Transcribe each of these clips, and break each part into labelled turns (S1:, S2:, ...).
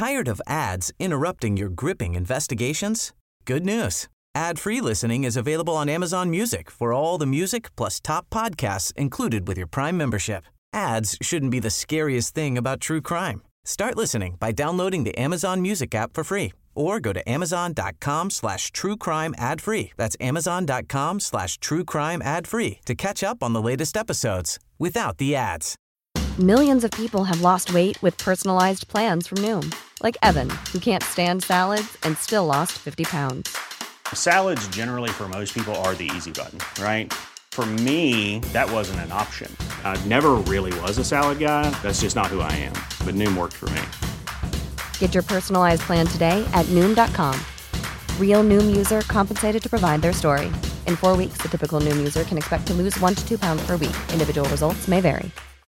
S1: Tired of ads interrupting your gripping investigations? Good news. Ad-free listening is available on Amazon Music for all the music plus top podcasts included with your Prime membership. Ads shouldn't be the scariest thing about true crime. Start listening by downloading the Amazon Music app for free or go to amazon.com/truecrime ad-free. That's amazon.com/truecrime ad-free to catch up on the latest episodes without the ads.
S2: Millions of people have lost weight with personalized plans from Noom. Like Evan, who can't stand salads and still lost 50 pounds.
S3: Salads generally for most people are the easy button, right? For me, that wasn't an option. I never really was a salad guy. That's just not who I am. But Noom worked for me.
S2: Get your personalized plan today at Noom.com. Real Noom user compensated to provide their story. In 4 weeks, the typical Noom user can expect to lose 1 to 2 pounds per week. Individual results may vary.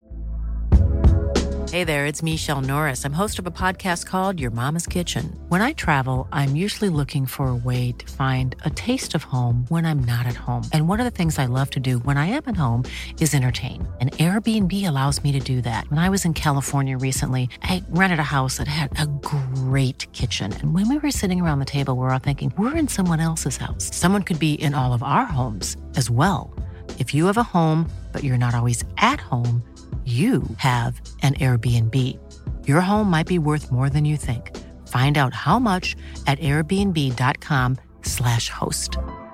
S4: Hey there, it's Michelle Norris. I'm host of a podcast called Your Mama's Kitchen. When I travel, I'm usually looking for a way to find a taste of home when I'm not at home. And one of the things I love to do when I am at home is entertain. And Airbnb allows me to do that. When I was in California recently, I rented a house that had a great kitchen. And when we were sitting around the table, we were all thinking, we're in someone else's house. Someone could be in all of our homes as well. If you have a home, but you're not always at home, you have an Airbnb. Your home might be worth more than you think. Find out how much at airbnb.com/host.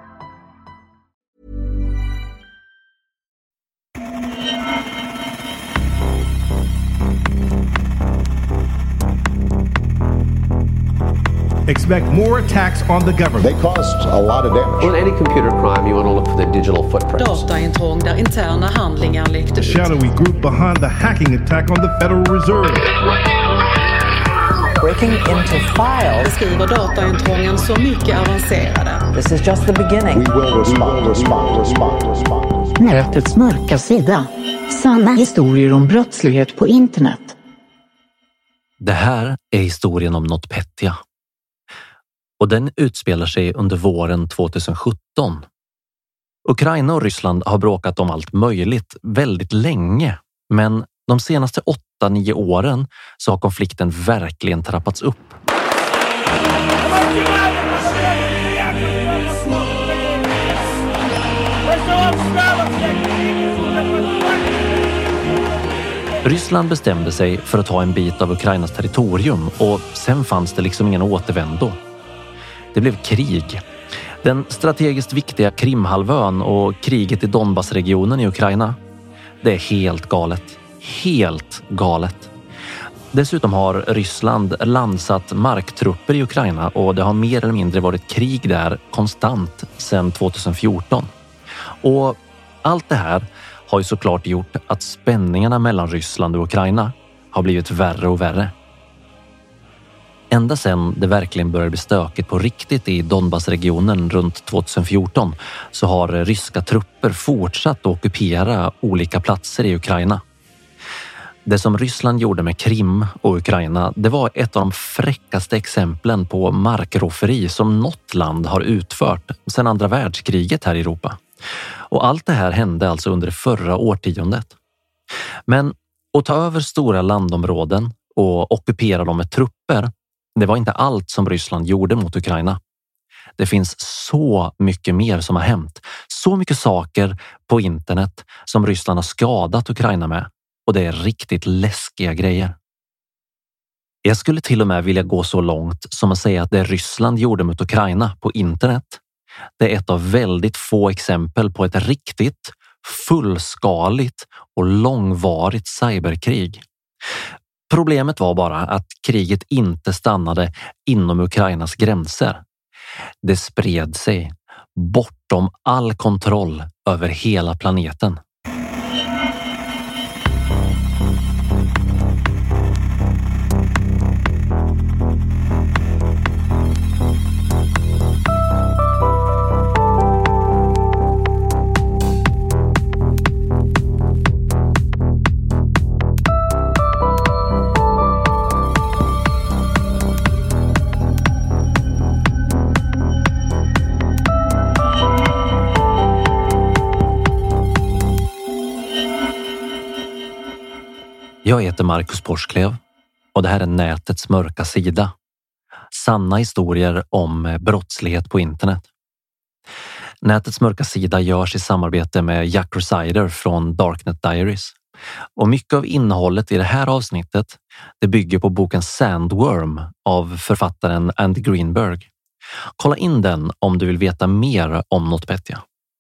S5: Expect more attacks on the government.
S6: They caused a lot of damage.
S7: On any computer crime, you want to look for the digital footprints.
S8: Dataintrång där interna handlingar läckte
S5: The
S8: ut.
S5: shadowy group behind the hacking attack on the Federal Reserve.
S9: Breaking into files.
S8: Beskriver dataintrången så mycket avancerade.
S9: This is just the beginning.
S6: We will respond.
S10: Nätets mörka sida. Sanna historier om brottslighet på internet.
S11: Det här är historien om NotPetya. Och den utspelar sig under våren 2017. Ukraina och Ryssland har bråkat om allt möjligt väldigt länge. Men de senaste 8-9 åren så har konflikten verkligen trappats upp. Ryssland bestämde sig för att ta en bit av Ukrainas territorium och sen fanns det liksom ingen återvändo. Det blev krig. Den strategiskt viktiga Krimhalvön och kriget i Donbassregionen i Ukraina. Det är helt galet. Helt galet. Dessutom har Ryssland landsatt marktrupper i Ukraina och det har mer eller mindre varit krig där konstant sedan 2014. Och allt det här har ju såklart gjort att spänningarna mellan Ryssland och Ukraina har blivit värre och värre. Ända sedan det verkligen började bli stökigt på riktigt i Donbassregionen runt 2014 så har ryska trupper fortsatt att ockupera olika platser i Ukraina. Det som Ryssland gjorde med Krim och Ukraina, det var ett av de fräckaste exemplen på markrofferi som något land har utfört sedan andra världskriget här i Europa. Och allt det här hände alltså under det förra årtiondet. Men att ta över stora landområden och ockupera dem med trupper, det var inte allt som Ryssland gjorde mot Ukraina. Det finns så mycket mer som har hänt. Så mycket saker på internet som Ryssland har skadat Ukraina med. Och det är riktigt läskiga grejer. Jag skulle till och med vilja gå så långt som att säga att det Ryssland gjorde mot Ukraina på internet, det är ett av väldigt få exempel på ett riktigt, fullskaligt och långvarigt cyberkrig. Problemet var bara att kriget inte stannade inom Ukrainas gränser. Det spred sig bortom all kontroll över hela planeten. Jag heter Marcus Porsklev och det här är nätets mörka sida. Sanna historier om brottslighet på internet. Nätets mörka sida görs i samarbete med Jack Rhysider från Darknet Diaries. Och mycket av innehållet i det här avsnittet det bygger på boken Sandworm av författaren Andy Greenberg. Kolla in den om du vill veta mer om NotPetya.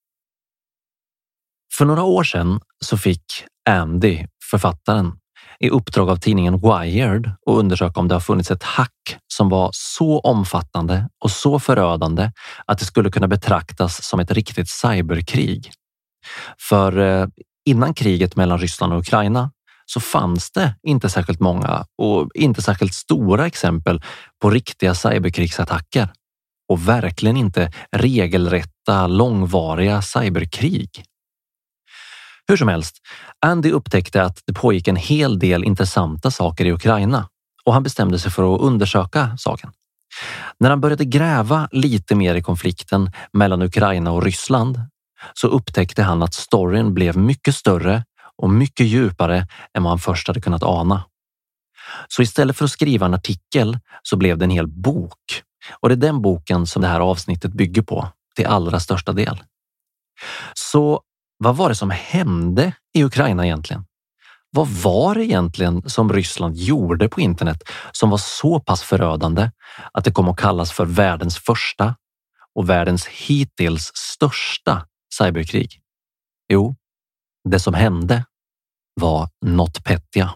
S11: För några år sedan så fick Andy, författaren, i uppdrag av tidningen Wired att undersöka om det har funnits ett hack som var så omfattande och så förödande att det skulle kunna betraktas som ett riktigt cyberkrig. För innan kriget mellan Ryssland och Ukraina så fanns det inte särskilt många och inte särskilt stora exempel på riktiga cyberkrigsattacker. Och verkligen inte regelrätta, långvariga cyberkrig. Hur som helst, Andy upptäckte att det pågick en hel del intressanta saker i Ukraina och han bestämde sig för att undersöka saken. När han började gräva lite mer i konflikten mellan Ukraina och Ryssland så upptäckte han att storyn blev mycket större och mycket djupare än vad han först hade kunnat ana. Så istället för att skriva en artikel så blev det en hel bok. Och det är den boken som det här avsnittet bygger på till allra största del. Så vad var det som hände i Ukraina egentligen? Vad var det egentligen som Ryssland gjorde på internet som var så pass förödande att det kom att kallas för världens första och världens hittills största cyberkrig? Jo, det som hände var NotPetya.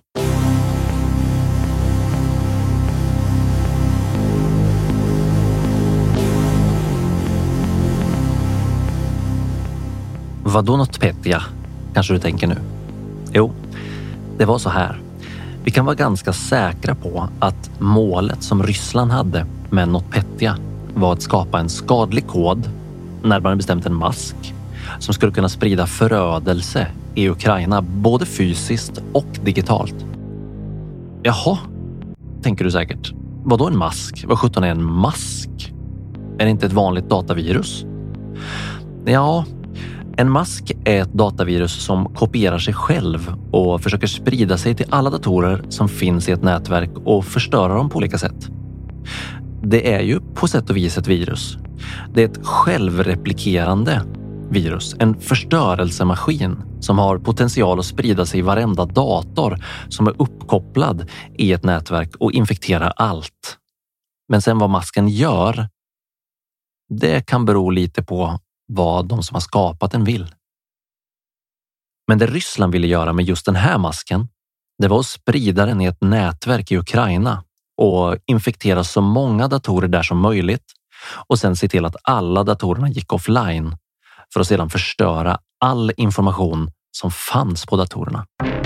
S11: Vadå NotPetya, kanske du tänker nu? Jo, det var så här. Vi kan vara ganska säkra på att målet som Ryssland hade med NotPetya var att skapa en skadlig kod, närmare bestämt en mask, som skulle kunna sprida förödelse i Ukraina både fysiskt och digitalt. Jaha, tänker du säkert. Vadå en mask? Vad sjutton är en mask? Är det inte ett vanligt datavirus? Ja, en mask är ett datavirus som kopierar sig själv och försöker sprida sig till alla datorer som finns i ett nätverk och förstöra dem på olika sätt. Det är ju på sätt och vis ett virus. Det är ett självreplikerande virus, en förstörelsemaskin som har potential att sprida sig i varenda dator som är uppkopplad i ett nätverk och infektera allt. Men sen vad masken gör, det kan bero lite på vad de som har skapat den vill. Men det Ryssland ville göra med just den här masken, det var att sprida den i ett nätverk i Ukraina och infektera så många datorer där som möjligt och sen se till att alla datorerna gick offline för att sedan förstöra all information som fanns på datorerna.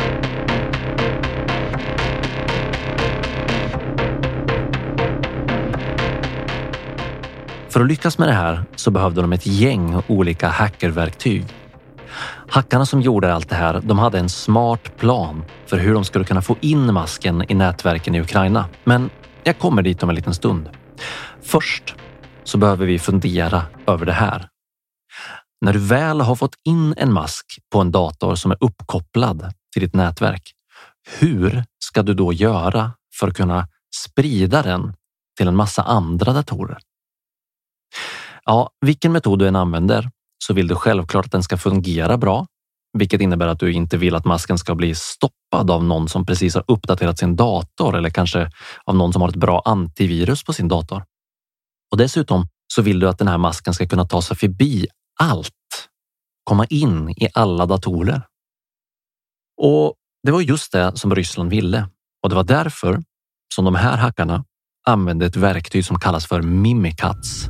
S11: För att lyckas med det här så behövde de ett gäng olika hackerverktyg. Hackarna som gjorde allt det här, de hade en smart plan för hur de skulle kunna få in masken i nätverken i Ukraina. Men jag kommer dit om en liten stund. Först så behöver vi fundera över det här. När du väl har fått in en mask på en dator som är uppkopplad till ditt nätverk, hur ska du då göra för att kunna sprida den till en massa andra datorer? Ja, vilken metod du än använder så vill du självklart att den ska fungera bra, vilket innebär att du inte vill att masken ska bli stoppad av någon som precis har uppdaterat sin dator eller kanske av någon som har ett bra antivirus på sin dator. Och dessutom så vill du att den här masken ska kunna ta sig förbi allt, komma in i alla datorer. Och det var just det som Ryssland ville och det var därför som de här hackarna använde ett verktyg som kallas för Mimikatz.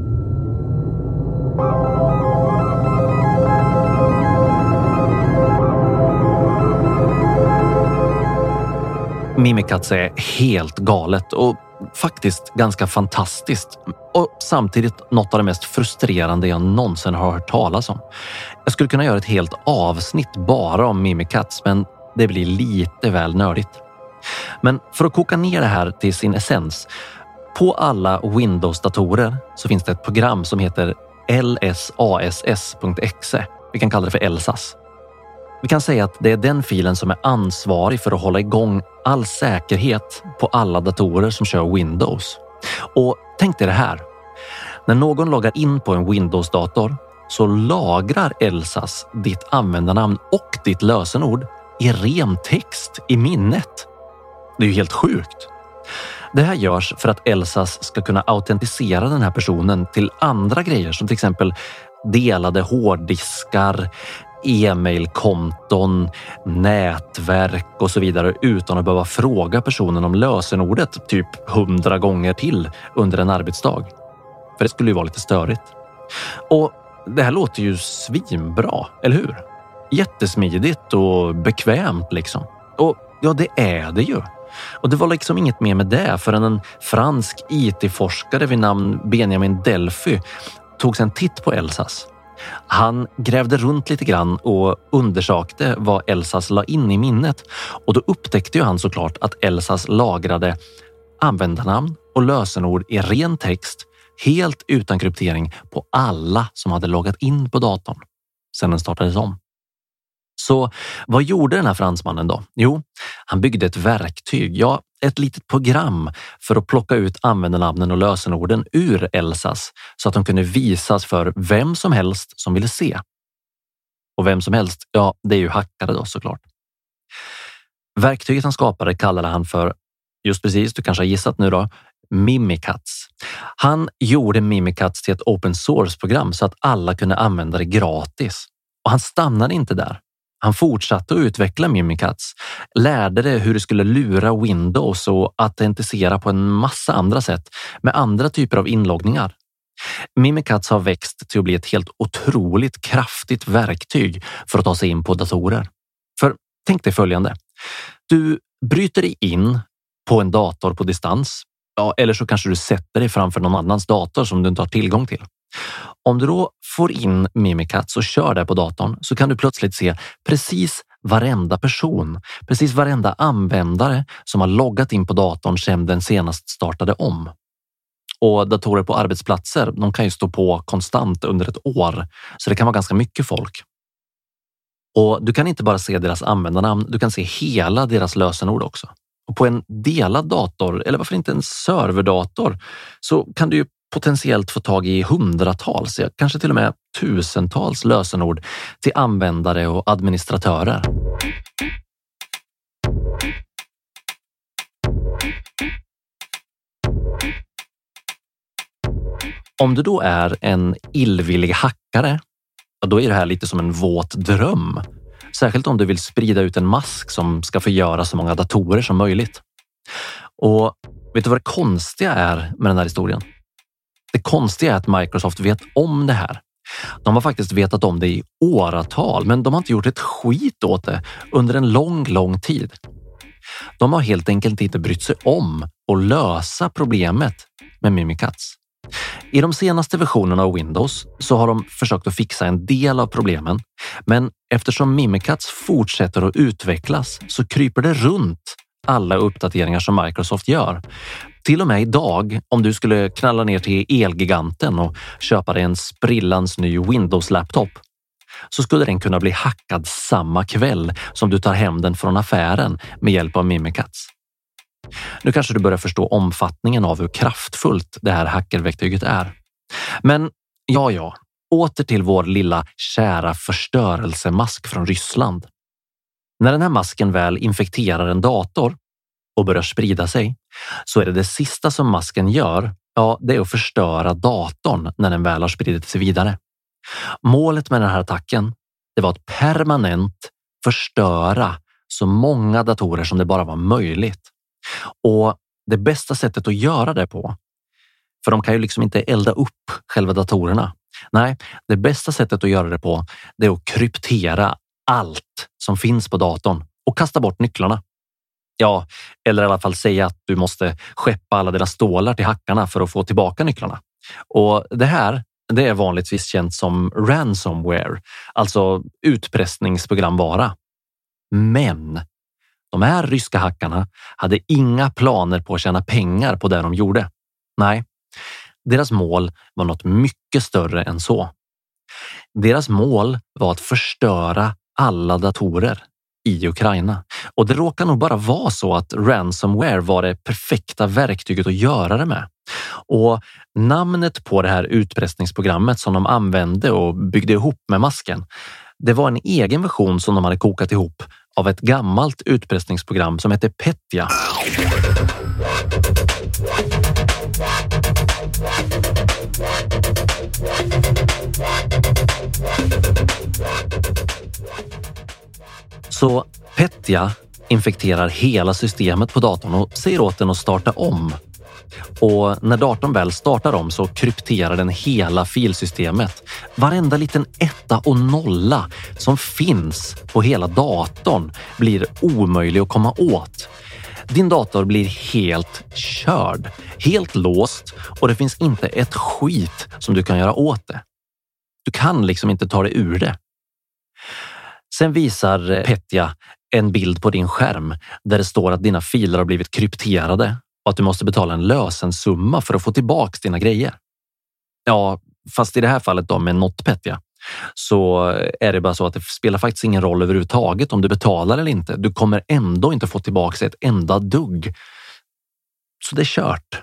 S11: Mimikatz är helt galet och faktiskt ganska fantastiskt och samtidigt något av det mest frustrerande jag någonsin har hört talas om. Jag skulle kunna göra ett helt avsnitt bara om Mimikatz, men det blir lite väl nördigt. Men för att koka ner det här till sin essens, på alla Windows-datorer så finns det ett program som heter lsass.exe. Vi kan kalla det för LSASS. Vi kan säga att det är den filen som är ansvarig för att hålla igång all säkerhet på alla datorer som kör Windows. Och tänk dig det här. När någon loggar in på en Windows-dator så lagrar Elsas ditt användarnamn och ditt lösenord i ren text i minnet. Det är ju helt sjukt. Det här görs för att Elsas ska kunna autentisera den här personen till andra grejer som till exempel delade hårddiskar, e-mailkonton, nätverk och så vidare utan att behöva fråga personen om lösenordet typ 100 gånger till under en arbetsdag. För det skulle ju vara lite störigt. Och det här låter ju svinbra, eller hur? Jättesmidigt och bekvämt liksom. Och ja, det är det ju. Och det var liksom inget mer med det förrän en fransk IT-forskare vid namn Benjamin Delphi tog sig en titt på Elsas. Han grävde runt lite grann och undersökte vad Elsas la in i minnet. Och då upptäckte ju han såklart att Elsas lagrade användarnamn och lösenord i ren text helt utan kryptering på alla som hade loggat in på datorn sedan den startades om. Så vad gjorde den här fransmannen då? Jo, han byggde ett verktyg, ja ett litet program för att plocka ut användarnamnen och lösenorden ur Elsas så att de kunde visas för vem som helst som ville se. Och vem som helst, ja det är ju hackare då såklart. Verktyget han skapade kallade han för, just precis, du kanske har gissat nu då, Mimikatz. Han gjorde Mimikatz till ett open source-program så att alla kunde använda det gratis. Och han stannade inte där. Han fortsatte att utveckla Mimikatz, lärde det hur det skulle lura Windows och autentisera på en massa andra sätt med andra typer av inloggningar. Mimikatz har växt till att bli ett helt otroligt kraftigt verktyg för att ta sig in på datorer. För tänk dig följande. Du bryter dig in på en dator på distans. Ja, eller så kanske du sätter dig framför någon annans dator som du inte har tillgång till. Om du då får in Mimikatz och kör det på datorn så kan du plötsligt se precis varenda person, precis varenda användare som har loggat in på datorn sedan den senast startade om. Och datorer på arbetsplatser, de kan ju stå på konstant under ett år, så det kan vara ganska mycket folk. Och du kan inte bara se deras användarnamn, du kan se hela deras lösenord också. Och på en delad dator, eller varför inte en serverdator, så kan du ju potentiellt få tag i hundratals, kanske till och med tusentals lösenord till användare och administratörer. Om du då är en illvillig hackare, då är det här lite som en våt dröm. Särskilt om du vill sprida ut en mask som ska förgöra så många datorer som möjligt. Och vet du vad det konstiga är med den här historien? Det konstiga är att Microsoft vet om det här. De har faktiskt vetat om det i åratal, men de har inte gjort ett skit åt det under en lång tid. De har helt enkelt inte brytt sig om att lösa problemet med Mimikatz. I de senaste versionerna av Windows så har de försökt att fixa en del av problemen, men eftersom Mimikatz fortsätter att utvecklas så kryper det runt alla uppdateringar som Microsoft gör. Till och med idag, om du skulle knalla ner till Elgiganten och köpa dig en sprillans ny Windows-laptop, så skulle den kunna bli hackad samma kväll som du tar hem den från affären med hjälp av Mimikatz. Nu kanske du börjar förstå omfattningen av hur kraftfullt det här hackerverktyget är. Men ja, åter till vår lilla kära förstörelsemask från Ryssland. När den här masken väl infekterar en dator och börjar sprida sig, så är det sista som masken gör, ja, det är att förstöra datorn när den väl har spridit sig vidare. Målet med den här attacken, det var att permanent förstöra så många datorer som det bara var möjligt. Och det bästa sättet att göra det på, för de kan ju liksom inte elda upp själva datorerna. Nej, det bästa sättet att göra det på, det är att kryptera allt som finns på datorn och kasta bort nycklarna. Ja, eller i alla fall säga att du måste skeppa alla dina stålar till hackarna för att få tillbaka nycklarna. Och det här, det är vanligtvis känt som ransomware, alltså utpressningsprogramvara. Men de här ryska hackarna hade inga planer på att tjäna pengar på det de gjorde. Nej, deras mål var något mycket större än så. Deras mål var att förstöra alla datorer. i Ukraina. Och det råkar nog bara vara så att ransomware var det perfekta verktyget att göra det med. Och namnet på det här utpressningsprogrammet som de använde och byggde ihop med masken, det var en egen version som de hade kokat ihop av ett gammalt utpressningsprogram som hette Petya. Så Petya infekterar hela systemet på datorn och säger åt den att starta om. Och när datorn väl startar om så krypterar den hela filsystemet. Varenda liten 1 och 0 som finns på hela datorn blir omöjlig att komma åt. Din dator blir helt körd, helt låst och det finns inte ett skit som du kan göra åt det. Du kan liksom inte ta dig ur det. Sen visar Petya en bild på din skärm där det står att dina filer har blivit krypterade och att du måste betala en lösensumma för att få tillbaka dina grejer. Ja, fast i det här fallet då med NotPetya så är det bara så att det spelar faktiskt ingen roll överhuvudtaget om du betalar eller inte. Du kommer ändå inte få tillbaka ett enda dugg. Så det är kört.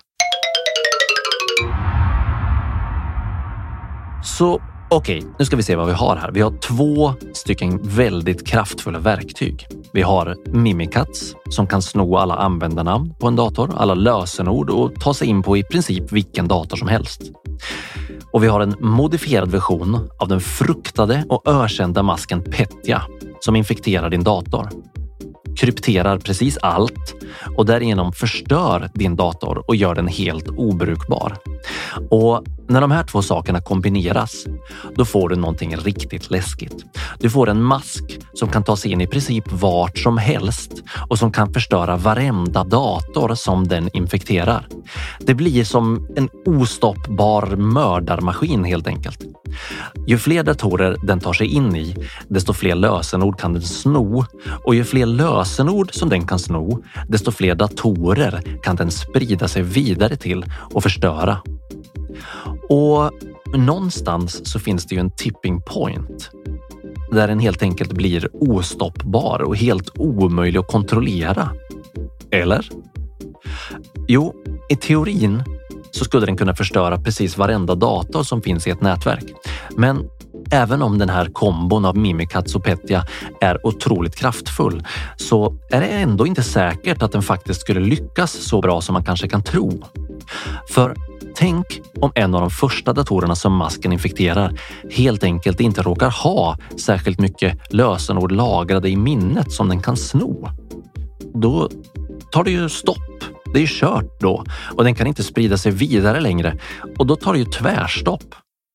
S11: Så okej, nu ska vi se vad vi har här. Vi har 2 stycken väldigt kraftfulla verktyg. Vi har Mimikatz som kan sno alla användarnamn på en dator, alla lösenord och ta sig in på i princip vilken dator som helst. Och vi har en modifierad version av den fruktade och ökända masken Petya som infekterar din dator. Krypterar precis allt och därigenom förstör din dator och gör den helt obrukbar. Och när de här 2 sakerna kombineras, då får du någonting riktigt läskigt. Du får en mask som kan ta sig in i princip vart som helst och som kan förstöra varenda dator som den infekterar. Det blir som en ostoppbar mördarmaskin helt enkelt. Ju fler datorer den tar sig in i, desto fler lösenord kan den sno. Och ju fler lösenord som den kan sno, desto fler datorer kan den sprida sig vidare till och förstöra. Och någonstans så finns det ju en tipping point där den helt enkelt blir ostoppbar och helt omöjlig att kontrollera. Eller? Jo, i teorin så skulle den kunna förstöra precis varenda dator som finns i ett nätverk. Men även om den här kombon av Mimikatz och Petya är otroligt kraftfull så är det ändå inte säkert att den faktiskt skulle lyckas så bra som man kanske kan tro. För tänk om en av de första datorerna som masken infekterar helt enkelt inte råkar ha särskilt mycket lösenord lagrade i minnet som den kan sno. Då tar det ju stopp. Det är ju kört då och den kan inte sprida sig vidare längre och då tar det ju tvärstopp.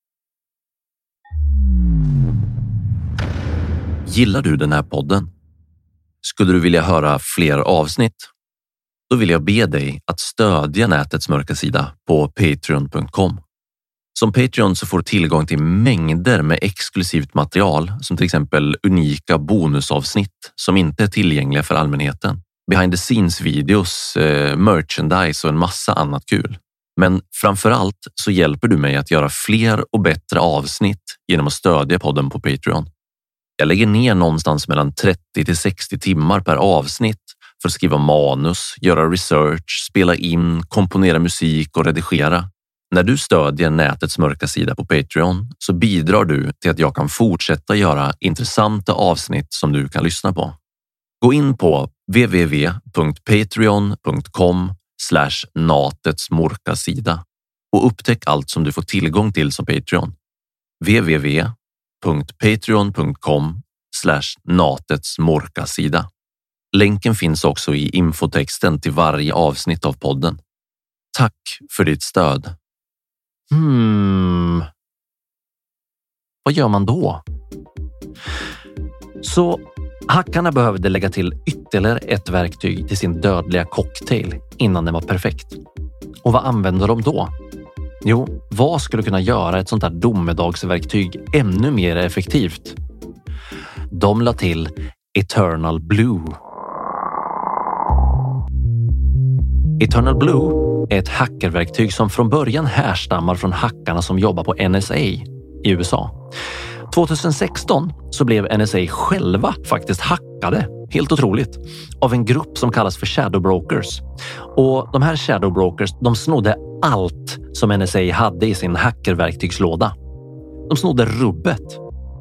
S11: Gillar du den här podden? Skulle du vilja höra fler avsnitt? Då vill jag be dig att stödja Nätets mörka sida på patreon.com. Som Patreon så får du tillgång till mängder med exklusivt material som till exempel unika bonusavsnitt som inte är tillgängliga för allmänheten. Behind the scenes videos, merchandise och en massa annat kul. Men framförallt så hjälper du mig att göra fler och bättre avsnitt genom att stödja podden på Patreon. Jag lägger ner någonstans mellan 30 till 60 timmar per avsnitt för att skriva manus, göra research, spela in, komponera musik och redigera. När du stödjer Nätets mörka sida på Patreon så bidrar du till att jag kan fortsätta göra intressanta avsnitt som du kan lyssna på. Gå in på www.patreon.com/natetsmorkasida och upptäck allt som du får tillgång till som Patreon. www.patreon.com/natetsmorkasida. Länken finns också i infotexten till varje avsnitt av podden. Tack för ditt stöd. Vad gör man då? Så hackarna behövde lägga till ytterligare ett verktyg till sin dödliga cocktail innan den var perfekt. Och vad använder de då? Jo, vad skulle kunna göra ett sånt här domedagsverktyg ännu mer effektivt? De la till Eternal Blue. Eternal Blue är ett hackerverktyg som från början härstammar från hackarna som jobbar på NSA i USA. 2016 så blev NSA själva faktiskt hackade helt otroligt, av en grupp som kallas för Shadow Brokers. Och de här Shadow Brokers, de snodde allt som NSA hade i sin hackerverktygslåda. De snodde rubbet.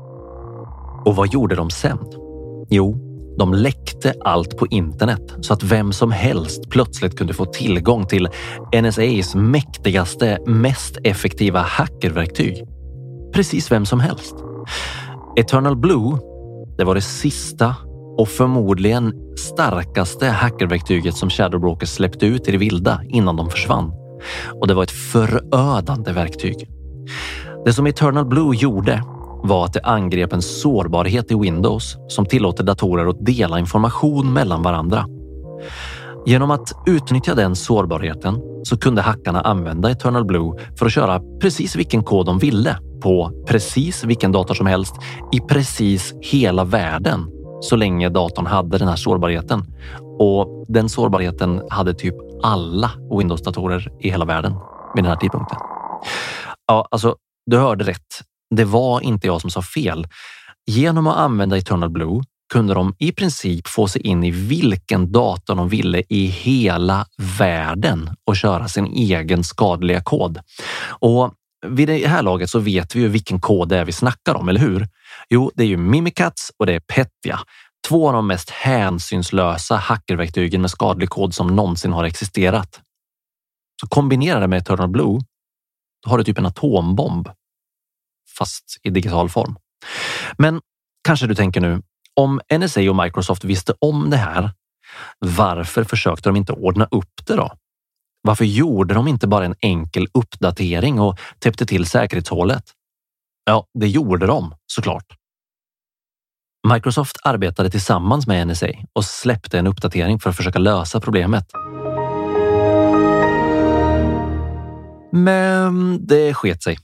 S11: Och vad gjorde de sen? Jo, de läckte allt på internet så att vem som helst plötsligt kunde få tillgång till NSAs mäktigaste, mest effektiva hackerverktyg. Precis vem som helst. Eternal Blue, det var det sista och förmodligen starkaste hackerverktyget som Shadow Brokers släppte ut i det vilda innan de försvann. Och det var ett förödande verktyg. Det som Eternal Blue gjorde var att det angrep en sårbarhet i Windows som tillåter datorer att dela information mellan varandra. Genom att utnyttja den sårbarheten så kunde hackarna använda Eternal Blue för att köra precis vilken kod de ville på precis vilken dator som helst i precis hela världen så länge datorn hade den här sårbarheten. Och den sårbarheten hade typ alla Windows-datorer i hela världen vid den här tidpunkten. Ja, alltså, du hörde rätt. Det var inte jag som sa fel. Genom att använda Eternal Blue kunde de i princip få sig in i vilken dator de ville i hela världen och köra sin egen skadliga kod. Och vid det här laget så vet vi ju vilken kod det är vi snackar om, eller hur? Jo, det är ju Mimikatz och det är Petya. 2 av de mest hänsynslösa hackerverktygen med skadlig kod som någonsin har existerat. Så kombinera det med Eternal Blue, då har du typ en atombomb. Fast i digital form. Men kanske du tänker nu, om NSA och Microsoft visste om det här, varför försökte de inte ordna upp det då? Varför gjorde de inte bara en enkel uppdatering och täppte till säkerhetshålet? Ja, det gjorde de, såklart. Microsoft arbetade tillsammans med NSA och släppte en uppdatering för att försöka lösa problemet. Men det sket sig.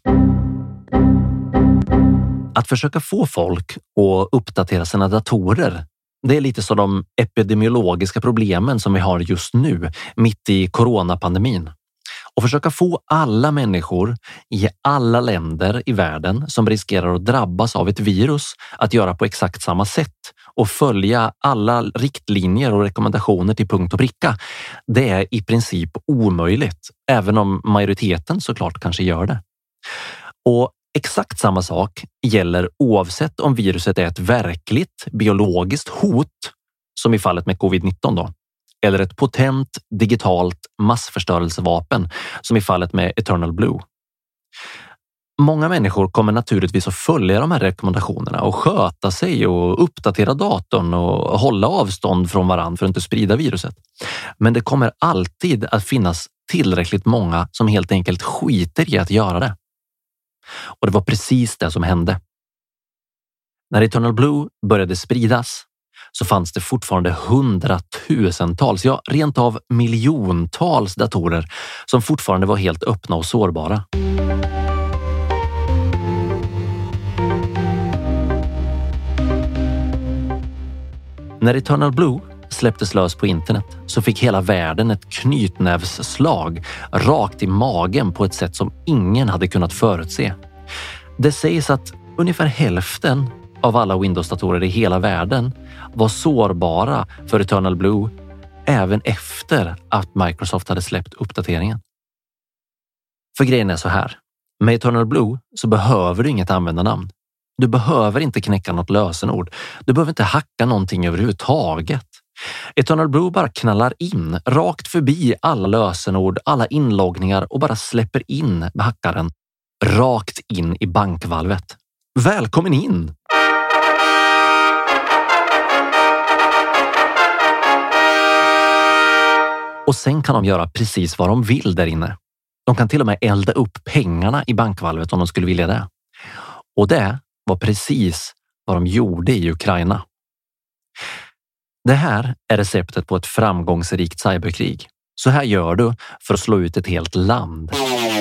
S11: Att försöka få folk att uppdatera sina datorer, det är lite som de epidemiologiska problemen som vi har just nu, mitt i coronapandemin. Och försöka få alla människor i alla länder i världen som riskerar att drabbas av ett virus att göra på exakt samma sätt och följa alla riktlinjer och rekommendationer till punkt och pricka, det är i princip omöjligt, även om majoriteten såklart kanske gör det. Och exakt samma sak gäller oavsett om viruset är ett verkligt biologiskt hot, som i fallet med covid-19 då, eller ett potent digitalt massförstörelsevapen, som i fallet med Eternal Blue. Många människor kommer naturligtvis att följa de här rekommendationerna och sköta sig och uppdatera datorn och hålla avstånd från varandra för att inte sprida viruset. Men det kommer alltid att finnas tillräckligt många som helt enkelt skiter i att göra det. Och det var precis det som hände. När Eternal Blue började spridas så fanns det fortfarande hundratusentals, ja rent av miljontals datorer som fortfarande var helt öppna och sårbara. När Eternal Blue släpptes lös på internet så fick hela världen ett knytnävsslag rakt i magen på ett sätt som ingen hade kunnat förutse. Det sägs att ungefär hälften av alla Windows-datorer i hela världen var sårbara för Eternal Blue även efter att Microsoft hade släppt uppdateringen. För grejen är så här. Med Eternal Blue så behöver du inget användarnamn. Du behöver inte knäcka något lösenord. Du behöver inte hacka någonting överhuvudtaget. Eternal Blue bara knallar in rakt förbi alla lösenord, alla inloggningar och bara släpper in hackaren rakt in i bankvalvet. Välkommen in! Och sen kan de göra precis vad de vill där inne. De kan till och med elda upp pengarna i bankvalvet om de skulle vilja det. Och det var precis vad de gjorde i Ukraina. Det här är receptet på ett framgångsrikt cyberkrig. Så här gör du för att slå ut ett helt land.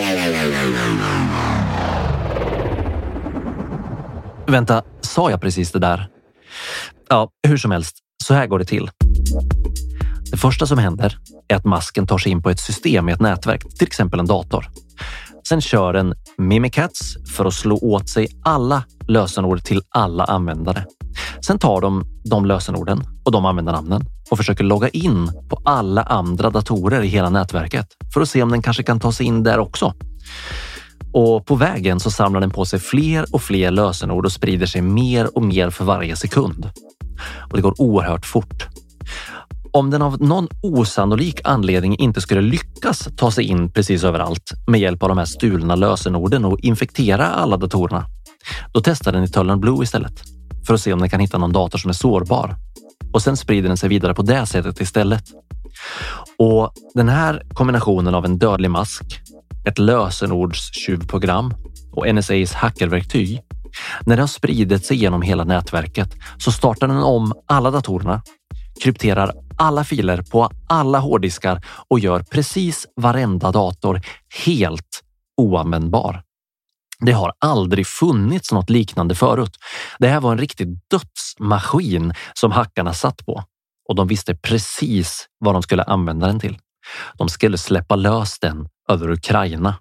S11: Vänta, sa jag precis det där? Ja, hur som helst, så här går det till. Det första som händer är att masken tar sig in på ett system i ett nätverk, till exempel en dator. Sen kör den Mimikatz för att slå åt sig alla lösenord till alla användare. Sen tar de lösenorden och de användarnamnen och försöker logga in på alla andra datorer i hela nätverket för att se om den kanske kan ta sig in där också. Och på vägen så samlar den på sig fler och fler lösenord och sprider sig mer och mer för varje sekund. Och det går oerhört fort. Om den av någon osannolik anledning inte skulle lyckas ta sig in precis överallt med hjälp av de här stulna lösenorden och infektera alla datorerna, då testar den Eternal Blue istället för att se om den kan hitta någon dator som är sårbar. Och sen sprider den sig vidare på det sättet istället. Och den här kombinationen av en dödlig mask, ett lösenordstjuvprogram och NSA:s hackerverktyg, när det har spridit sig genom hela nätverket så startar den om alla datorerna, krypterar alla filer på alla hårddiskar och gör precis varenda dator helt oanvändbar. Det har aldrig funnits något liknande förut. Det här var en riktig dödsmaskin som hackarna satt på. Och de visste precis vad de skulle använda den till. De skulle släppa lös den över Ukraina.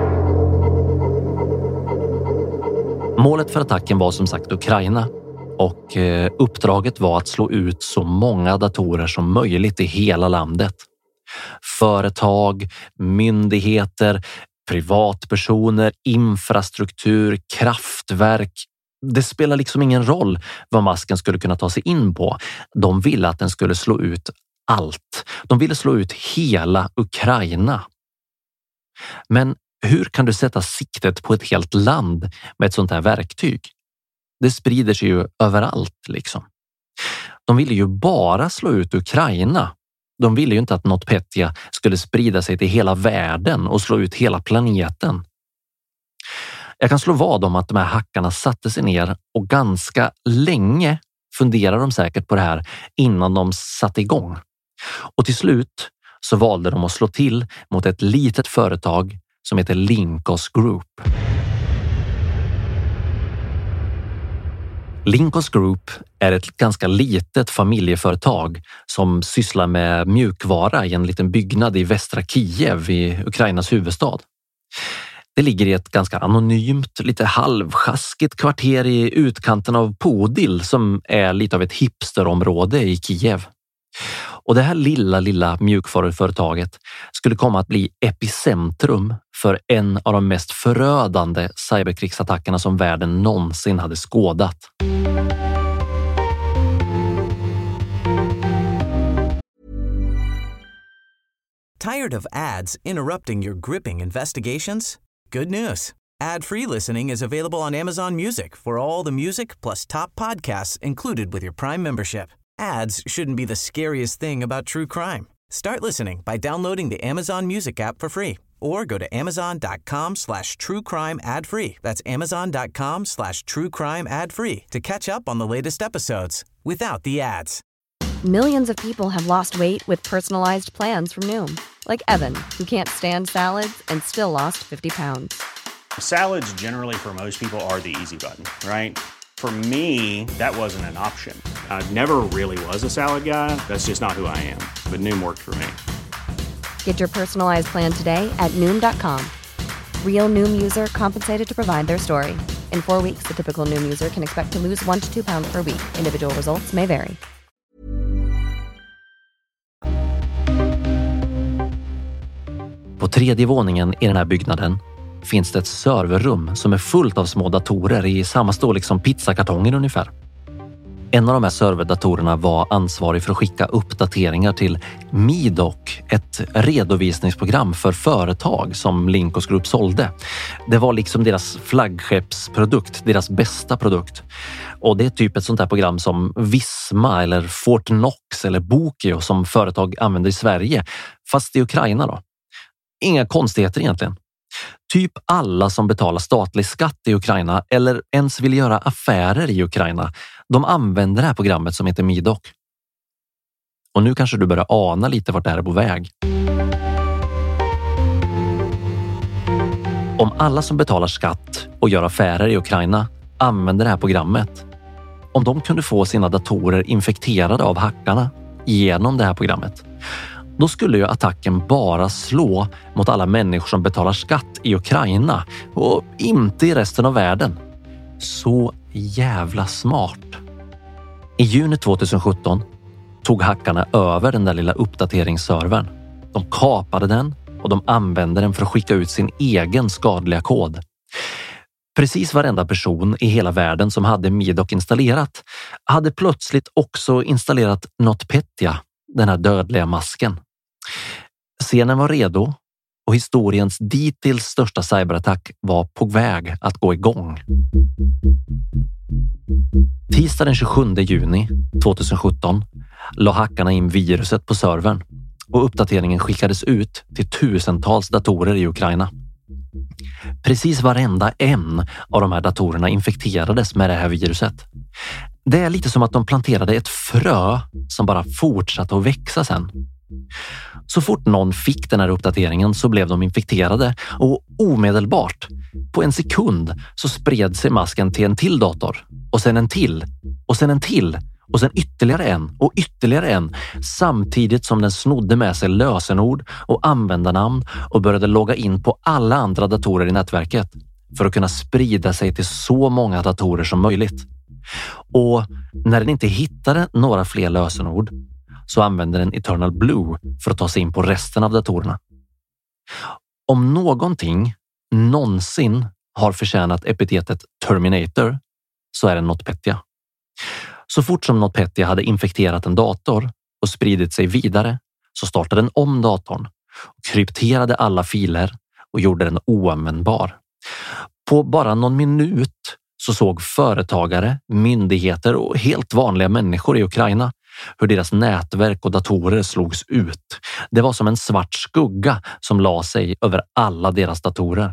S11: Målet för attacken var som sagt Ukraina. Och uppdraget var att slå ut så många datorer som möjligt i hela landet. Företag, myndigheter, privatpersoner, infrastruktur, kraftverk. Det spelar liksom ingen roll vad masken skulle kunna ta sig in på. De ville att den skulle slå ut allt. De ville slå ut hela Ukraina. Men hur kan du sätta siktet på ett helt land med ett sånt här verktyg? Det sprider sig ju överallt liksom. De ville ju bara slå ut Ukraina. De ville ju inte att NotPetya skulle sprida sig till hela världen och slå ut hela planeten. Jag kan slå vad om att de här hackarna satte sig ner och ganska länge funderade de säkert på det här innan de satte igång. Och till slut så valde de att slå till mot ett litet företag som heter Linkos Group. Linkos Group är ett ganska litet familjeföretag som sysslar med mjukvara i en liten byggnad i västra Kiev i Ukrainas huvudstad. Det ligger i ett ganska anonymt, lite halvsjaskigt kvarter i utkanten av Podil som är lite av ett hipsterområde i Kiev. Och det här lilla mjukvaruföretaget skulle komma att bli epicentrum för en av de mest förödande cyberkrigsattackerna som världen någonsin hade skådat.
S1: Tired of ads interrupting your gripping investigations? Good news. Ad-free listening is available on Amazon Music for all the music plus top podcasts included with your Prime membership. Ads shouldn't be the scariest thing about true crime. Start listening by downloading the Amazon Music app for free or go to amazon.com/truecrime ad-free. That's amazon.com/truecrime ad-free to catch up on the latest episodes without the ads.
S2: Millions of people have lost weight with personalized plans from Noom. Like Evan, who can't stand salads and still lost 50 pounds.
S3: Salads generally for most people are the easy button, right? For me, that wasn't an option. I never really was a salad guy. That's just not who I am. But Noom worked for me.
S2: Get your personalized plan today at Noom.com. Real Noom user compensated to provide their story. In 4 weeks, the typical Noom user can expect to lose 1 to 2 pounds per week. Individual results may vary.
S11: På tredje våningen i den här byggnaden finns det ett serverrum som är fullt av små datorer i samma storlek som pizzakartonger ungefär. En av de här serverdatorerna var ansvarig för att skicka uppdateringar till Midoc, ett redovisningsprogram för företag som Linkos Group sålde. Det var liksom deras flaggskeppsprodukt, deras bästa produkt. Och det är typ ett sånt här program som Visma eller Fortnox eller Bokio som företag använder i Sverige, fast i Ukraina då. Inga konstigheter egentligen. Typ alla som betalar statlig skatt i Ukraina eller ens vill göra affärer i Ukraina, de använder det här programmet som heter Midoc. Och nu kanske du börjar ana lite vart det här är på väg. Om alla som betalar skatt och gör affärer i Ukraina använder det här programmet, om de kunde få sina datorer infekterade av hackarna genom det här programmet, då skulle ju attacken bara slå mot alla människor som betalar skatt i Ukraina och inte i resten av världen. Så jävla smart. I juni 2017 tog hackarna över den där lilla uppdateringsservern. De kapade den och de använde den för att skicka ut sin egen skadliga kod. Precis varenda person i hela världen som hade Medoc installerat hade plötsligt också installerat NotPetya, den här dödliga masken. Scenen var redo och historiens dittills största cyberattack var på väg att gå igång. Tisdag den 27 juni 2017 la hackarna in viruset på servern och uppdateringen skickades ut till tusentals datorer i Ukraina. Precis varenda en av de här datorerna infekterades med det här viruset. Det är lite som att de planterade ett frö som bara fortsatte att växa sen. Så fort någon fick den här uppdateringen så blev de infekterade och omedelbart, på en sekund, så spred sig masken till en till dator och sen en till och sen en till och sen ytterligare en och ytterligare en, samtidigt som den snodde med sig lösenord och användarnamn och började logga in på alla andra datorer i nätverket för att kunna sprida sig till så många datorer som möjligt. Och när den inte hittade några fler lösenord så använde den Eternal Blue för att ta sig in på resten av datorerna. Om någonting någonsin har förtjänat epitetet Terminator så är det NotPetya. Så fort som NotPetya hade infekterat en dator och spridit sig vidare så startade den om datorn, krypterade alla filer och gjorde den oanvändbar. På bara någon minut så såg företagare, myndigheter och helt vanliga människor i Ukraina hur deras nätverk och datorer slogs ut. Det var som en svart skugga som la sig över alla deras datorer.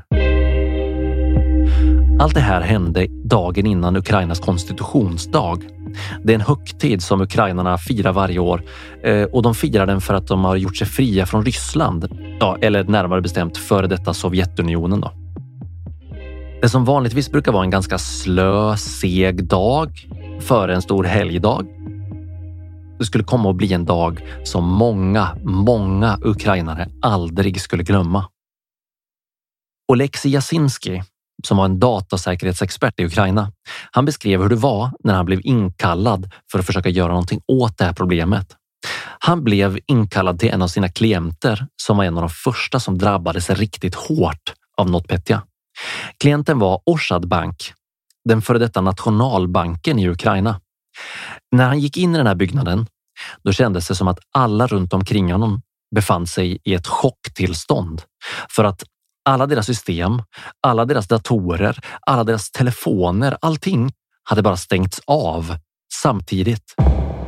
S11: Allt det här hände dagen innan Ukrainas konstitutionsdag. Det är en högtid som ukrainarna firar varje år och de firar den för att de har gjort sig fria från Ryssland, eller närmare bestämt före detta Sovjetunionen då. Det som vanligtvis brukar vara en ganska slö, seg dag före en stor helgdag. Det skulle komma att bli en dag som många ukrainare aldrig skulle glömma. Oleksij Jasinski, som var en datasäkerhetsexpert i Ukraina, han beskrev hur det var när han blev inkallad för att försöka göra någonting åt det här problemet. Han blev inkallad till en av sina klienter som var en av de första som drabbades riktigt hårt av NotPetya. Klienten var Oshad-bank, den före detta nationalbanken i Ukraina. När han gick in i den här byggnaden, då kändes det som att alla runt omkring honom befann sig i ett chocktillstånd. För att alla deras system, alla deras datorer, alla deras telefoner, allting hade bara stängts av samtidigt.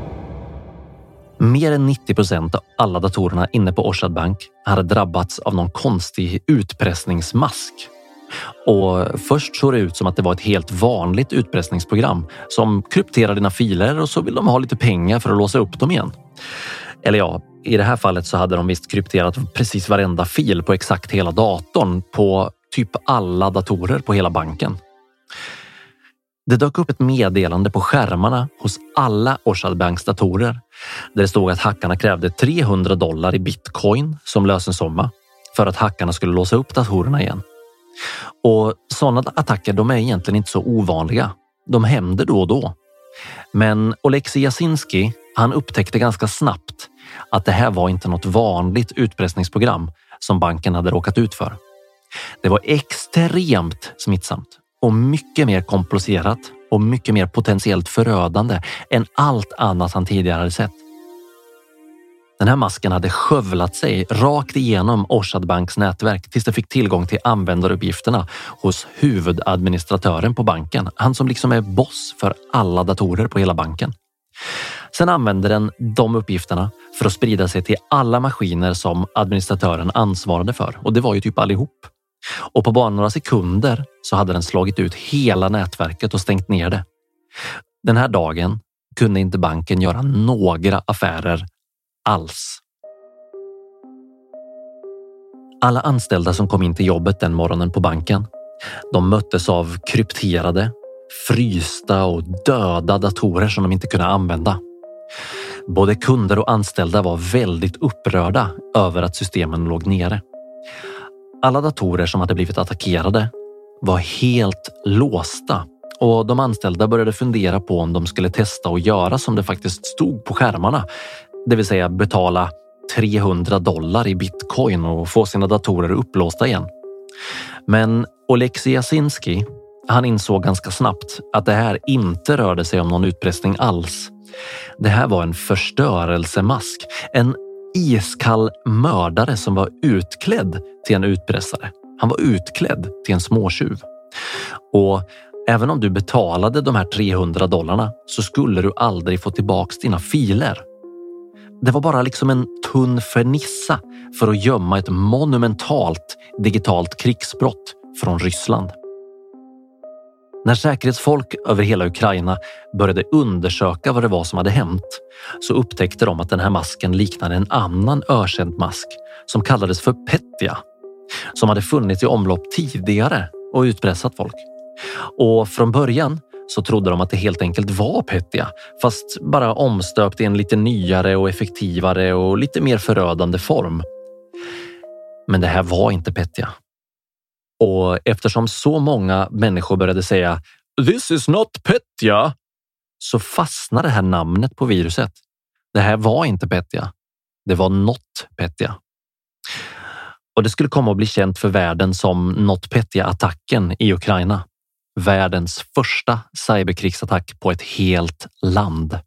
S11: Mer än 90% av alla datorerna inne på Oshad Bank hade drabbats av någon konstig utpressningsmask. Och först såg det ut som att det var ett helt vanligt utpressningsprogram som krypterar dina filer och så vill de ha lite pengar för att låsa upp dem igen. Eller ja, i det här fallet så hade de visst krypterat precis varenda fil på exakt hela datorn på typ alla datorer på hela banken. Det dök upp ett meddelande på skärmarna hos alla Oshad Banks datorer där det stod att hackarna krävde $300 i bitcoin som lösensumma för att hackarna skulle låsa upp datorerna igen. Och sådana attacker, de är egentligen inte så ovanliga. De händer då och då. Men Oleksij Jasinski, han upptäckte ganska snabbt att det här var inte något vanligt utpressningsprogram som banken hade råkat ut för. Det var extremt smittsamt och mycket mer komplicerat och mycket mer potentiellt förödande än allt annat han tidigare hade sett. Den här masken hade skövlat sig rakt igenom Oshad Banks nätverk tills det fick tillgång till användaruppgifterna hos huvudadministratören på banken. Han som liksom är boss för alla datorer på hela banken. Sen använde den de uppgifterna för att sprida sig till alla maskiner som administratören ansvarade för. Och det var ju typ allihop. Och på bara några sekunder så hade den slagit ut hela nätverket och stängt ner det. Den här dagen kunde inte banken göra några affärer alls. Alla anställda som kom in till jobbet den morgonen på banken, de möttes av krypterade, frysta och döda datorer som de inte kunde använda. Både kunder och anställda var väldigt upprörda över att systemen låg nere. Alla datorer som hade blivit attackerade var helt låsta och de anställda började fundera på om de skulle testa och göra som det faktiskt stod på skärmarna. Det vill säga betala $300 i bitcoin och få sina datorer upplåsta igen. Men Oleksij Jasinski, han insåg ganska snabbt att det här inte rörde sig om någon utpressning alls. Det här var en förstörelsemask, en iskall mördare som var utklädd till en utpressare. Han var utklädd till en småtjuv. Och även om du betalade de här $300 så skulle du aldrig få tillbaks dina filer. Det var bara liksom en tunn fernissa för att gömma ett monumentalt digitalt krigsbrott från Ryssland. När säkerhetsfolk över hela Ukraina började undersöka vad det var som hade hänt så upptäckte de att den här masken liknade en annan ökänd mask som kallades för Petya, som hade funnits i omlopp tidigare och utpressat folk. Och från början så trodde de att det helt enkelt var Petya, fast bara omstöpt i en lite nyare och effektivare och lite mer förödande form. Men det här var inte Petya. Och eftersom så många människor började säga "This is not Petya", så fastnade det här namnet på viruset. Det här var inte Petya. Det var NotPetya. Och det skulle komma att bli känt för världen som NotPetya-attacken i Ukraina. Världens första cyberkrigsattack på ett helt land.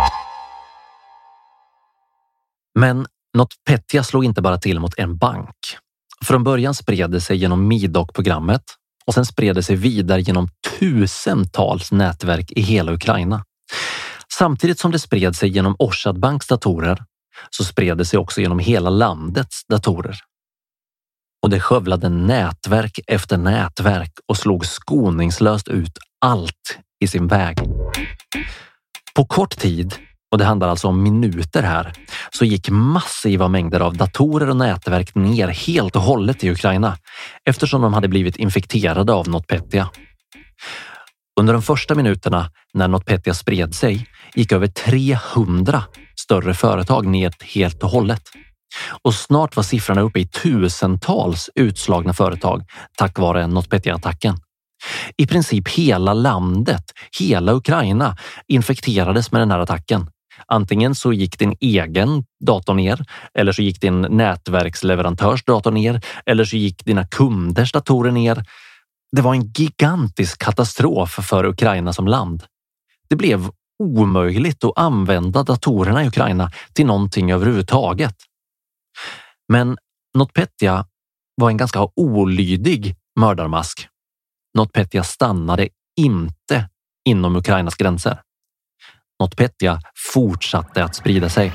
S11: Men NotPetya slog inte bara till mot en bank. Från början spred det sig genom Midoc-programmet och sen spred det sig vidare genom tusentals nätverk i hela Ukraina. Samtidigt som det spred sig genom Orsad Banks datorer så spred det sig också genom hela landets datorer. Och det skövlade nätverk efter nätverk och slog skoningslöst ut allt i sin väg. På kort tid, och det handlar alltså om minuter här, så gick massiva mängder av datorer och nätverk ner helt och hållet i Ukraina eftersom de hade blivit infekterade av NotPetya. Under de första minuterna när NotPetya spred sig gick över 300 större företag ner helt och hållet. Och snart var siffrorna uppe i tusentals utslagna företag tack vare NotPetya-attacken. I princip hela landet, hela Ukraina, infekterades med den här attacken. Antingen så gick din egen dator ner, eller så gick din nätverksleverantörs dator ner, eller så gick dina kunders datorer ner. Det var en gigantisk katastrof för Ukraina som land. Det blev omöjligt att använda datorerna i Ukraina till någonting överhuvudtaget. Men NotPetya var en ganska olydig mördarmask. NotPetya stannade inte inom Ukrainas gränser. NotPetya fortsatte att sprida sig.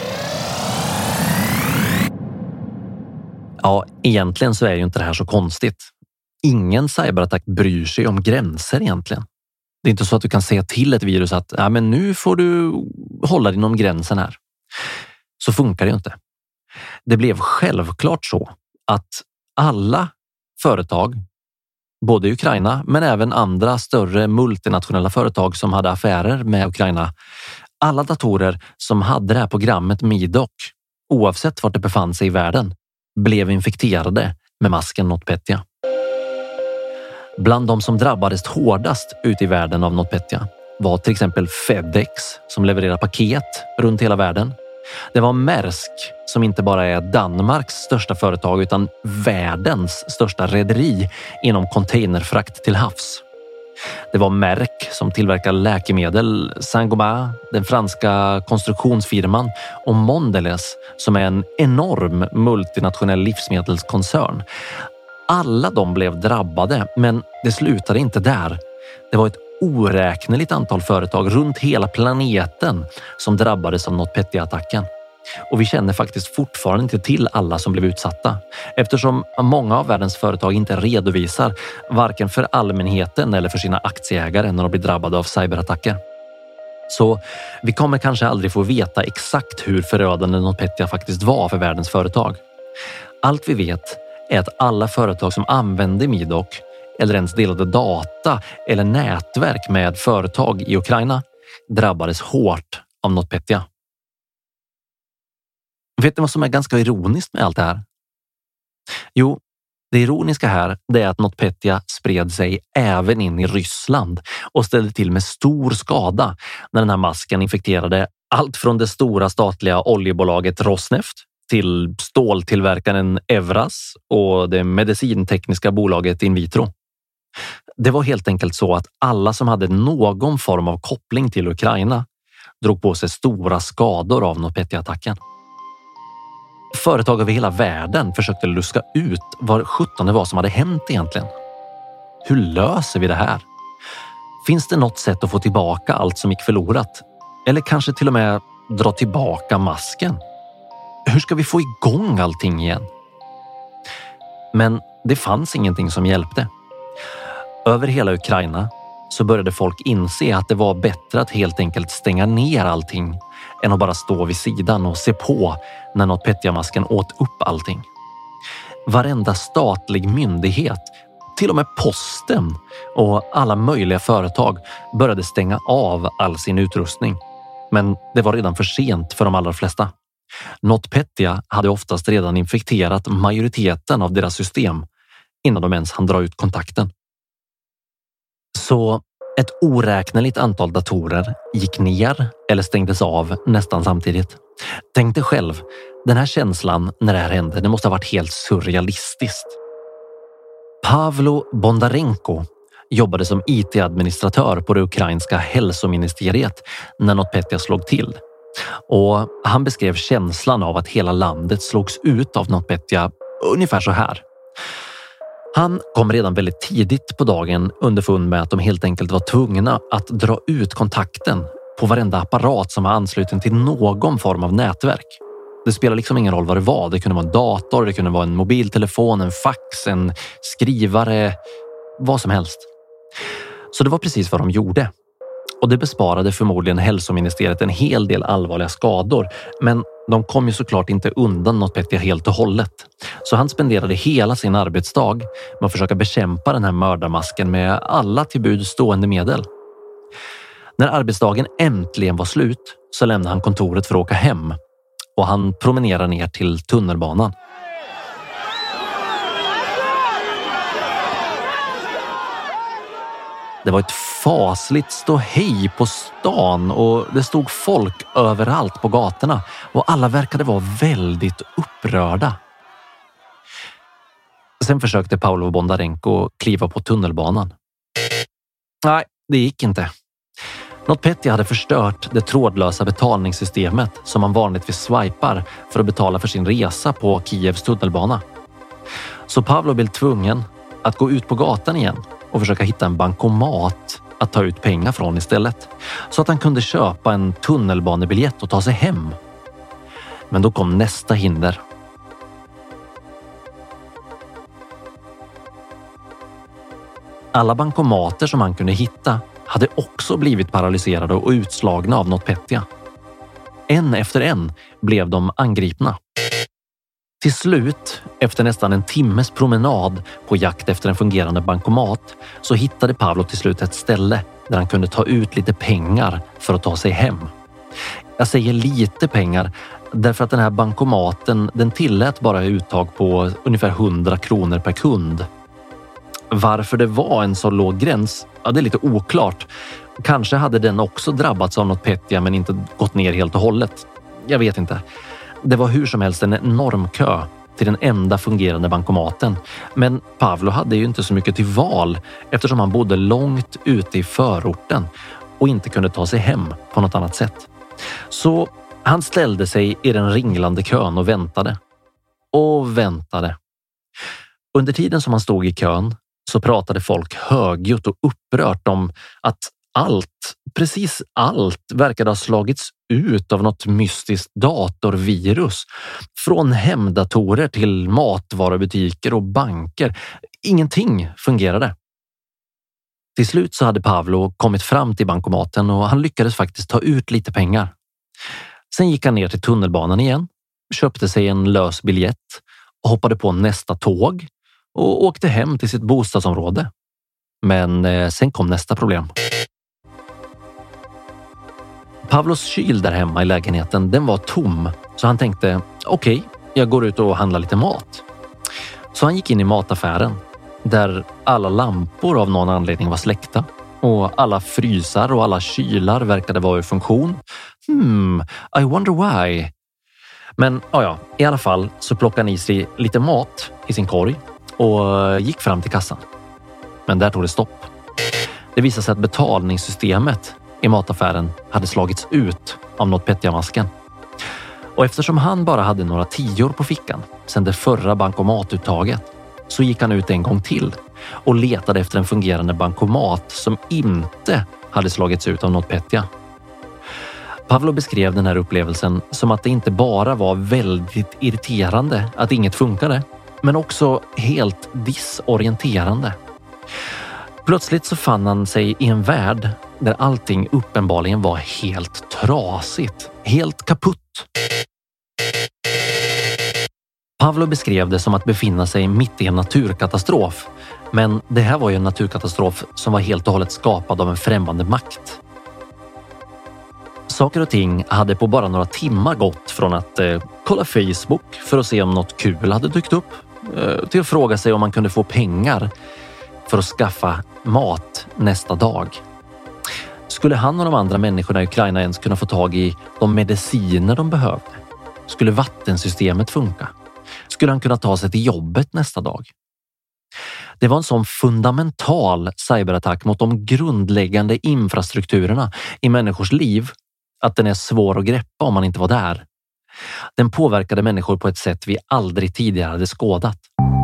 S11: Ja, egentligen så är ju inte det här så konstigt. Ingen cyberattack bryr sig om gränser egentligen. Det är inte så att du kan säga till ett virus att men nu får du hålla dig inom gränsen här. Så funkar det ju inte. Det blev självklart så att alla företag, både i Ukraina men även andra större multinationella företag som hade affärer med Ukraina, alla datorer som hade det här programmet Midoc, oavsett vart det befann sig i världen, blev infekterade med masken NotPetya. Bland de som drabbades hårdast ute i världen av NotPetya var till exempel FedEx som levererar paket runt hela världen. Det var Maersk som inte bara är Danmarks största företag utan världens största rederi inom containerfrakt till havs. Det var Merck som tillverkar läkemedel, Saint-Gobain, den franska konstruktionsfirman och Mondelez som är en enorm multinationell livsmedelskoncern. Alla de blev drabbade, men det slutade inte där. Det var ett oräkneligt antal företag runt hela planeten som drabbades av NotPetya-attacken. Och vi känner faktiskt fortfarande inte till alla som blev utsatta eftersom många av världens företag inte redovisar varken för allmänheten eller för sina aktieägare när de blir drabbade av cyberattacker. Så vi kommer kanske aldrig få veta exakt hur förödande NotPetya faktiskt var för världens företag. Allt vi vet är att alla företag som använde Midoc eller ens delade data eller nätverk med företag i Ukraina drabbades hårt av NotPetya. Vet ni vad som är ganska ironiskt med allt det här? Jo, Det ironiska här är att NotPetya spred sig även in i Ryssland och ställde till med stor skada när den här masken infekterade allt från det stora statliga oljebolaget Rosneft till ståltillverkaren Evraz och det medicintekniska bolaget Invitro. Det var helt enkelt så att alla som hade någon form av koppling till Ukraina drog på sig stora skador av NotPetya-attacken. Företag över hela världen försökte luska ut vad 17 det var som hade hänt egentligen. Hur löser vi det här? Finns det något sätt att få tillbaka allt som gick förlorat? Eller kanske till och med dra tillbaka masken? Hur ska vi få igång allting igen? Men det fanns ingenting som hjälpte. Över hela Ukraina så började folk inse att det var bättre att helt enkelt stänga ner allting än att bara stå vid sidan och se på när NotPetya-masken åt upp allting. Varenda statlig myndighet, till och med posten och alla möjliga företag började stänga av all sin utrustning. Men det var redan för sent för de allra flesta. NotPetya hade oftast redan infekterat majoriteten av deras system innan de ens hann dra ut kontakten. Så ett oräkneligt antal datorer gick ner eller stängdes av nästan samtidigt. Tänk dig själv, den här känslan när det här hände, det måste ha varit helt surrealistiskt. Pavlo Bondarenko jobbade som IT-administratör på det ukrainska hälsoministeriet när NotPetya slog till. Och han beskrev känslan av att hela landet slogs ut av NotPetya ungefär så här. Han kom redan väldigt tidigt på dagen underfund med att de helt enkelt var tvungna att dra ut kontakten på varenda apparat som var ansluten till någon form av nätverk. Det spelar liksom ingen roll vad det var. Det kunde vara en dator, det kunde vara en mobiltelefon, en fax, en skrivare, vad som helst. Så det var precis vad de gjorde. Och det besparade förmodligen hälsoministeriet en hel del allvarliga skador. Men de kom ju såklart inte undan NotPetya helt och hållet. Så han spenderade hela sin arbetsdag med att försöka bekämpa den här mördarmasken med alla till bud stående medel. När arbetsdagen äntligen var slut så lämnade han kontoret för att åka hem. Och han promenerade ner till tunnelbanan. Det var ett fasligt ståhej på stan och det stod folk överallt på gatorna och alla verkade vara väldigt upprörda. Sen försökte Pavlo Bondarenko kliva på tunnelbanan. Nej, det gick inte. NotPetya hade förstört det trådlösa betalningssystemet som man vanligtvis swipar för att betala för sin resa på Kievs tunnelbana. Så Pavlo blev tvungen att gå ut på gatan igen och försöka hitta en bankomat att ta ut pengar från istället. Så att han kunde köpa en tunnelbanebiljett och ta sig hem. Men då kom nästa hinder. Alla bankomater som han kunde hitta hade också blivit paralyserade och utslagna av NotPetya. En efter en blev de angripna. Till slut, efter nästan en timmes promenad på jakt efter en fungerande bankomat, så hittade Pavlo till slut ett ställe där han kunde ta ut lite pengar för att ta sig hem. Jag säger lite pengar därför att den här bankomaten, den tillät bara uttag på ungefär 100 kronor per kund. Varför det var en så låg gräns, ja, det är lite oklart. Kanske hade den också drabbats av NotPetya men inte gått ner helt och hållet. Jag vet inte. Det var hur som helst en enorm kö till den enda fungerande bankomaten. Men Pavlo hade ju inte så mycket till val eftersom han bodde långt ute i förorten och inte kunde ta sig hem på något annat sätt. Så han ställde sig i den ringlande kön och väntade. Och väntade. Under tiden som han stod i kön så pratade folk högljutt och upprört om att precis allt verkade ha slagits ut av något mystiskt datorvirus. Från hemdatorer till matvarubutiker och banker. Ingenting fungerade. Till slut så hade Pavlo kommit fram till bankomaten och han lyckades faktiskt ta ut lite pengar. Sen gick han ner till tunnelbanan igen, köpte sig en lös biljett och hoppade på nästa tåg och åkte hem till sitt bostadsområde. Men sen kom nästa problem. Pavlos kyl där hemma i lägenheten, den var tom. Så han tänkte, okej, jag går ut och handlar lite mat. Så han gick in i mataffären där alla lampor av någon anledning var släckta och alla frysar och alla kylar verkade vara i funktion. I wonder why. Men i alla fall så plockade han i sig lite mat i sin korg och gick fram till kassan. Men där tog det stopp. Det visade sig att betalningssystemet i mataffären hade slagits ut av NotPetya-masken. Och eftersom han bara hade några 10 på fickan sedan det förra bankomatuttaget så gick han ut en gång till och letade efter en fungerande bankomat som inte hade slagits ut av NotPetya. Pavlo beskrev den här upplevelsen som att det inte bara var väldigt irriterande att inget funkade, men också helt disorienterande. Plötsligt så fann han sig i en värld där allting uppenbarligen var helt trasigt, helt kaputt. Pavlo beskrev det som att befinna sig mitt i en naturkatastrof, men det här var ju en naturkatastrof som var helt och hållet skapad av en främmande makt. Saker och ting hade på bara några timmar gått från att kolla Facebook för att se om något kul hade dykt upp till att fråga sig om man kunde få pengar för att skaffa mat nästa dag. Skulle han och de andra människorna i Ukraina ens kunna få tag i de mediciner de behövde? Skulle vattensystemet funka? Skulle han kunna ta sig till jobbet nästa dag? Det var en sån fundamental cyberattack mot de grundläggande infrastrukturerna i människors liv att den är svår att greppa om man inte var där. Den påverkade människor på ett sätt vi aldrig tidigare hade skådat.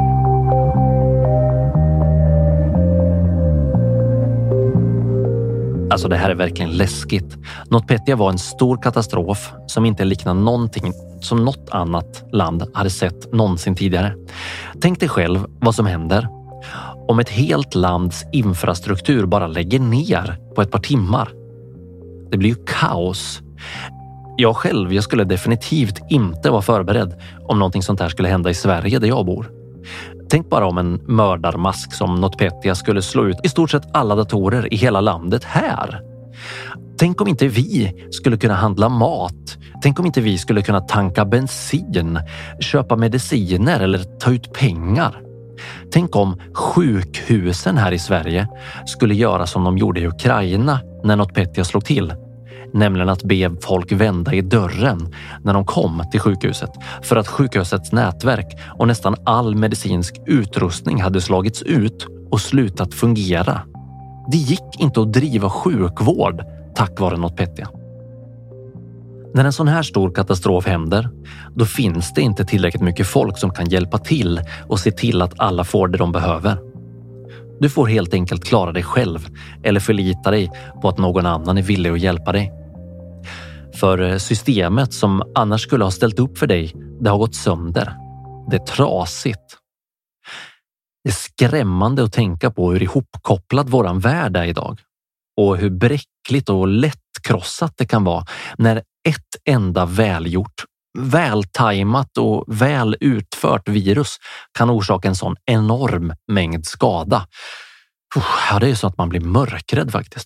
S11: Alltså det här är verkligen läskigt. NotPetya var en stor katastrof som inte liknar någonting som något annat land hade sett någonsin tidigare. Tänk dig själv vad som händer om ett helt lands infrastruktur bara lägger ner på ett par timmar. Det blir ju kaos. Jag skulle definitivt inte vara förberedd om någonting sånt här skulle hända i Sverige där jag bor. Tänk bara om en mördarmask som NotPetya skulle slå ut i stort sett alla datorer i hela landet här. Tänk om inte vi skulle kunna handla mat. Tänk om inte vi skulle kunna tanka bensin, köpa mediciner eller ta ut pengar. Tänk om sjukhusen här i Sverige skulle göra som de gjorde i Ukraina när NotPetya slog till. Nämligen att be folk vända i dörren när de kom till sjukhuset för att sjukhusets nätverk och nästan all medicinsk utrustning hade slagits ut och slutat fungera. Det gick inte att driva sjukvård tack vare NotPetya. När en sån här stor katastrof händer, då finns det inte tillräckligt mycket folk som kan hjälpa till och se till att alla får det de behöver. Du får helt enkelt klara dig själv eller förlita dig på att någon annan är villig att hjälpa dig. För systemet som annars skulle ha ställt upp för dig, det har gått sönder. Det är trasigt. Det är skrämmande att tänka på hur ihopkopplad våran värld är idag. Och hur bräckligt och lättkrossat det kan vara när ett enda välgjort, vältajmat och väl utfört virus kan orsaka en sån enorm mängd skada. Ja, det är ju så att man blir mörkrädd faktiskt.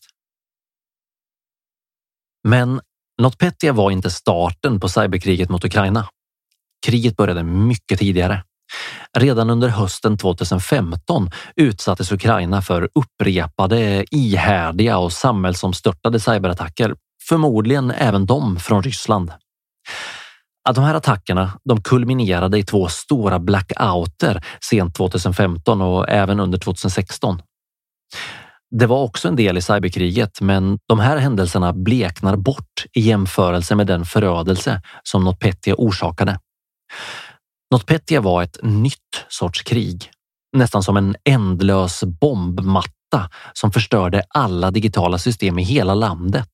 S11: Men NotPetya var inte starten på cyberkriget mot Ukraina. Kriget började mycket tidigare. Redan under hösten 2015 utsattes Ukraina för upprepade, ihärdiga och samhällsomstörtade cyberattacker. Förmodligen även de från Ryssland. Att de här attackerna de kulminerade i 2 stora blackouter sent 2015 och även under 2016. Det var också en del i cyberkriget, men de här händelserna bleknar bort i jämförelse med den förödelse som NotPetya orsakade. NotPetya var ett nytt sorts krig, nästan som en ändlös bombmatta som förstörde alla digitala system i hela landet.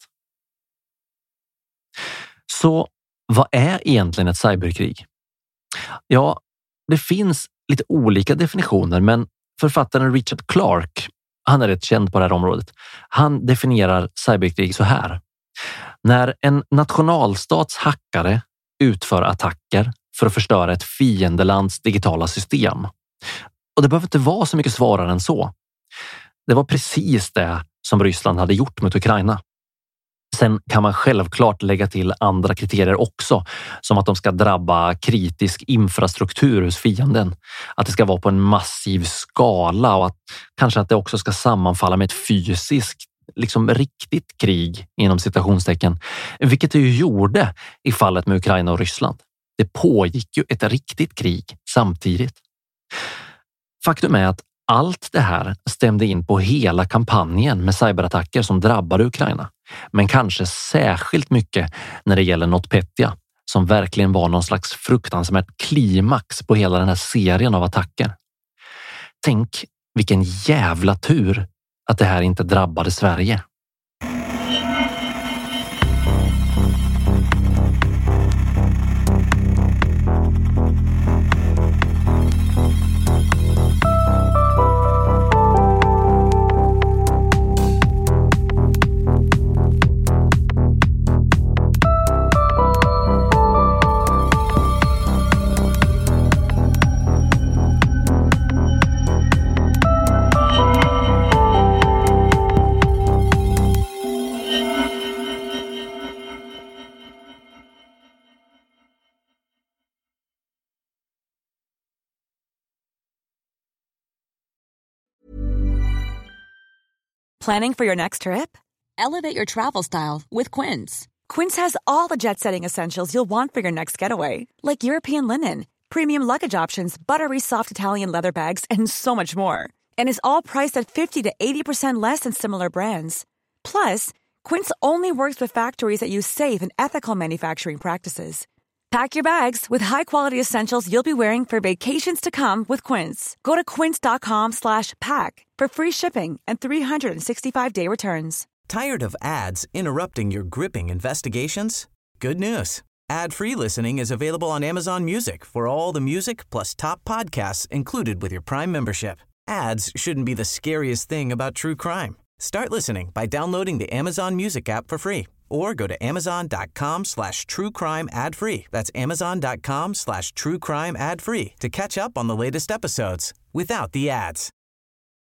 S11: Så vad är egentligen ett cyberkrig? Ja, det finns lite olika definitioner, men författaren Richard Clark, han är rätt känd på det här området. Han definierar cyberkrig så här. När en nationalstats hackare utför attacker för att förstöra ett fiendelands digitala system. Och det behöver inte vara så mycket svårare än så. Det var precis det som Ryssland hade gjort mot Ukraina. Sen kan man självklart lägga till andra kriterier också, som att de ska drabba kritisk infrastruktur hos fienden, att det ska vara på en massiv skala och att kanske att det också ska sammanfalla med ett fysiskt, liksom riktigt krig inom citationstecken, vilket det ju gjorde i fallet med Ukraina och Ryssland. Det pågick ju ett riktigt krig samtidigt. Faktum är att allt det här stämde in på hela kampanjen med cyberattacker som drabbade Ukraina. Men kanske särskilt mycket när det gäller NotPetya, som verkligen var någon slags fruktansvärt klimax på hela den här serien av attacker. Tänk vilken jävla tur att det här inte drabbade Sverige.
S6: Planning for your next trip? Elevate your travel style with Quince. Quince has all the jet-setting essentials you'll want for your next getaway, like European linen, premium luggage options, buttery soft Italian leather bags, and so much more. And is all priced at 50 to 80% less than similar brands. Plus, Quince only works with factories that use safe and ethical manufacturing practices. Pack your bags with high-quality essentials you'll be wearing for vacations to come with Quince. Go to quince.com/pack for free shipping and 365-day returns.
S1: Tired of ads interrupting your gripping investigations? Good news. Ad-free listening is available on Amazon Music for all the music plus top podcasts included with your Prime membership. Ads shouldn't be the scariest thing about true crime. Start listening by downloading the Amazon Music app for free or go to amazon.com/truecrime ad-free. That's amazon.com/truecrime ad-free to catch up on the latest episodes without the ads.